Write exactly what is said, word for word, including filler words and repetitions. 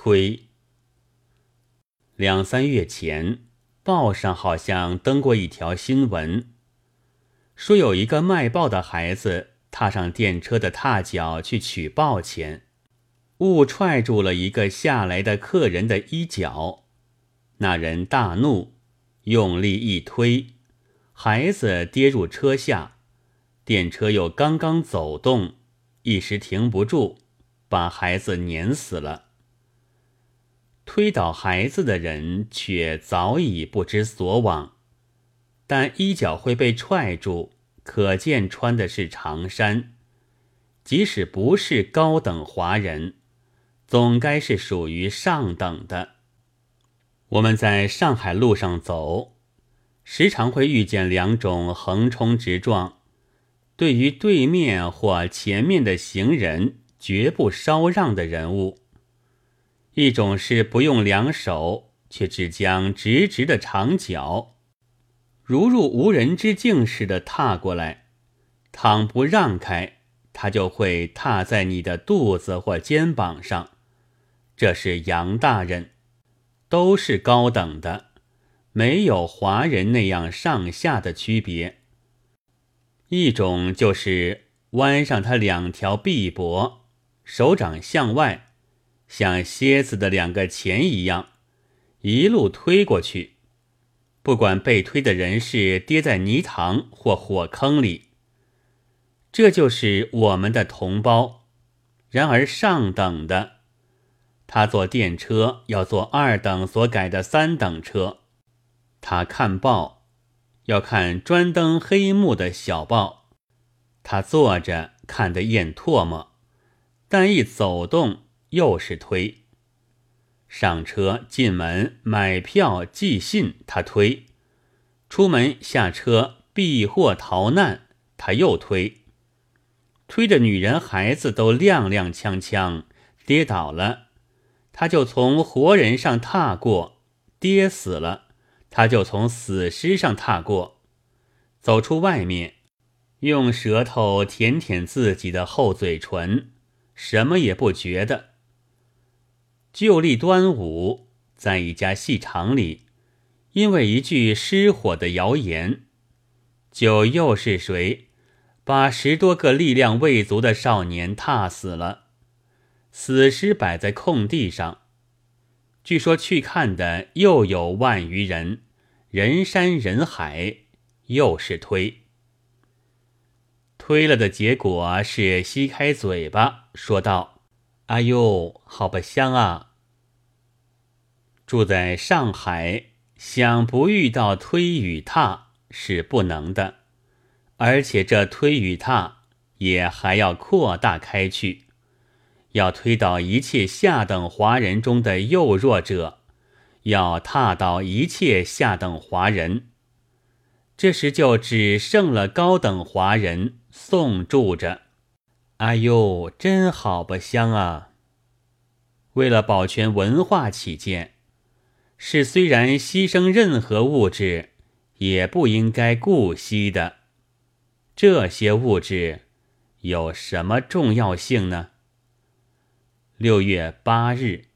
推。两三月前，报上好像登过一条新闻，说有一个卖报的孩子踏上电车的踏脚去取报钱，误踹住了一个下来的客人的衣角。那人大怒，用力一推，孩子跌入车下，电车又刚刚走动，一时停不住，把孩子碾死了。推倒孩子的人却早已不知所往，但衣角会被踹住，可见穿的是长衫，即使不是高等华人，总该是属于上等的。我们在上海路上走，时常会遇见两种横冲直撞，对于对面或前面的行人绝不稍让的人物。一种是不用两手，却只将直直的长脚如入无人之境似的踏过来，倘不让开，他就会踏在你的肚子或肩膀上。这是洋大人，都是高等的，没有华人那样上下的区别。一种就是弯上他两条臂膊，手掌向外，像蝎子的两个钳一样，一路推过去，不管被推的人是跌在泥塘或火坑里。这就是我们的同胞。然而上等的，他坐电车要坐二等所改的三等车，他看报要看专登黑幕的小报，他坐着看得咽唾沫，但一走动又是推。上车进门买票寄信他推，出门下车避祸逃难他又推，推的女人孩子都踉踉跄跄，跌倒了他就从活人上踏过，跌死了他就从死尸上踏过，走出外面用舌头舔舔自己的厚嘴唇，什么也不觉得。旧历端午，在一家戏场里，因为一句失火的谣言，就又是谁把十多个力量未足的少年踏死了，死尸摆在空地上。据说去看的又有万余人，人山人海，又是推。推了的结果是吸开嘴巴说道：哎呦，好不香啊！住在上海，想不遇到推与踏是不能的，而且这推与踏也还要扩大开去，要推倒一切下等华人中的幼弱者，要踏倒一切下等华人。这时就只剩了高等华人诵住着：哎呦，真好不香啊！为了保全文化起见，是虽然牺牲任何物质也不应该顾惜的。这些物质有什么重要性呢？六月八日。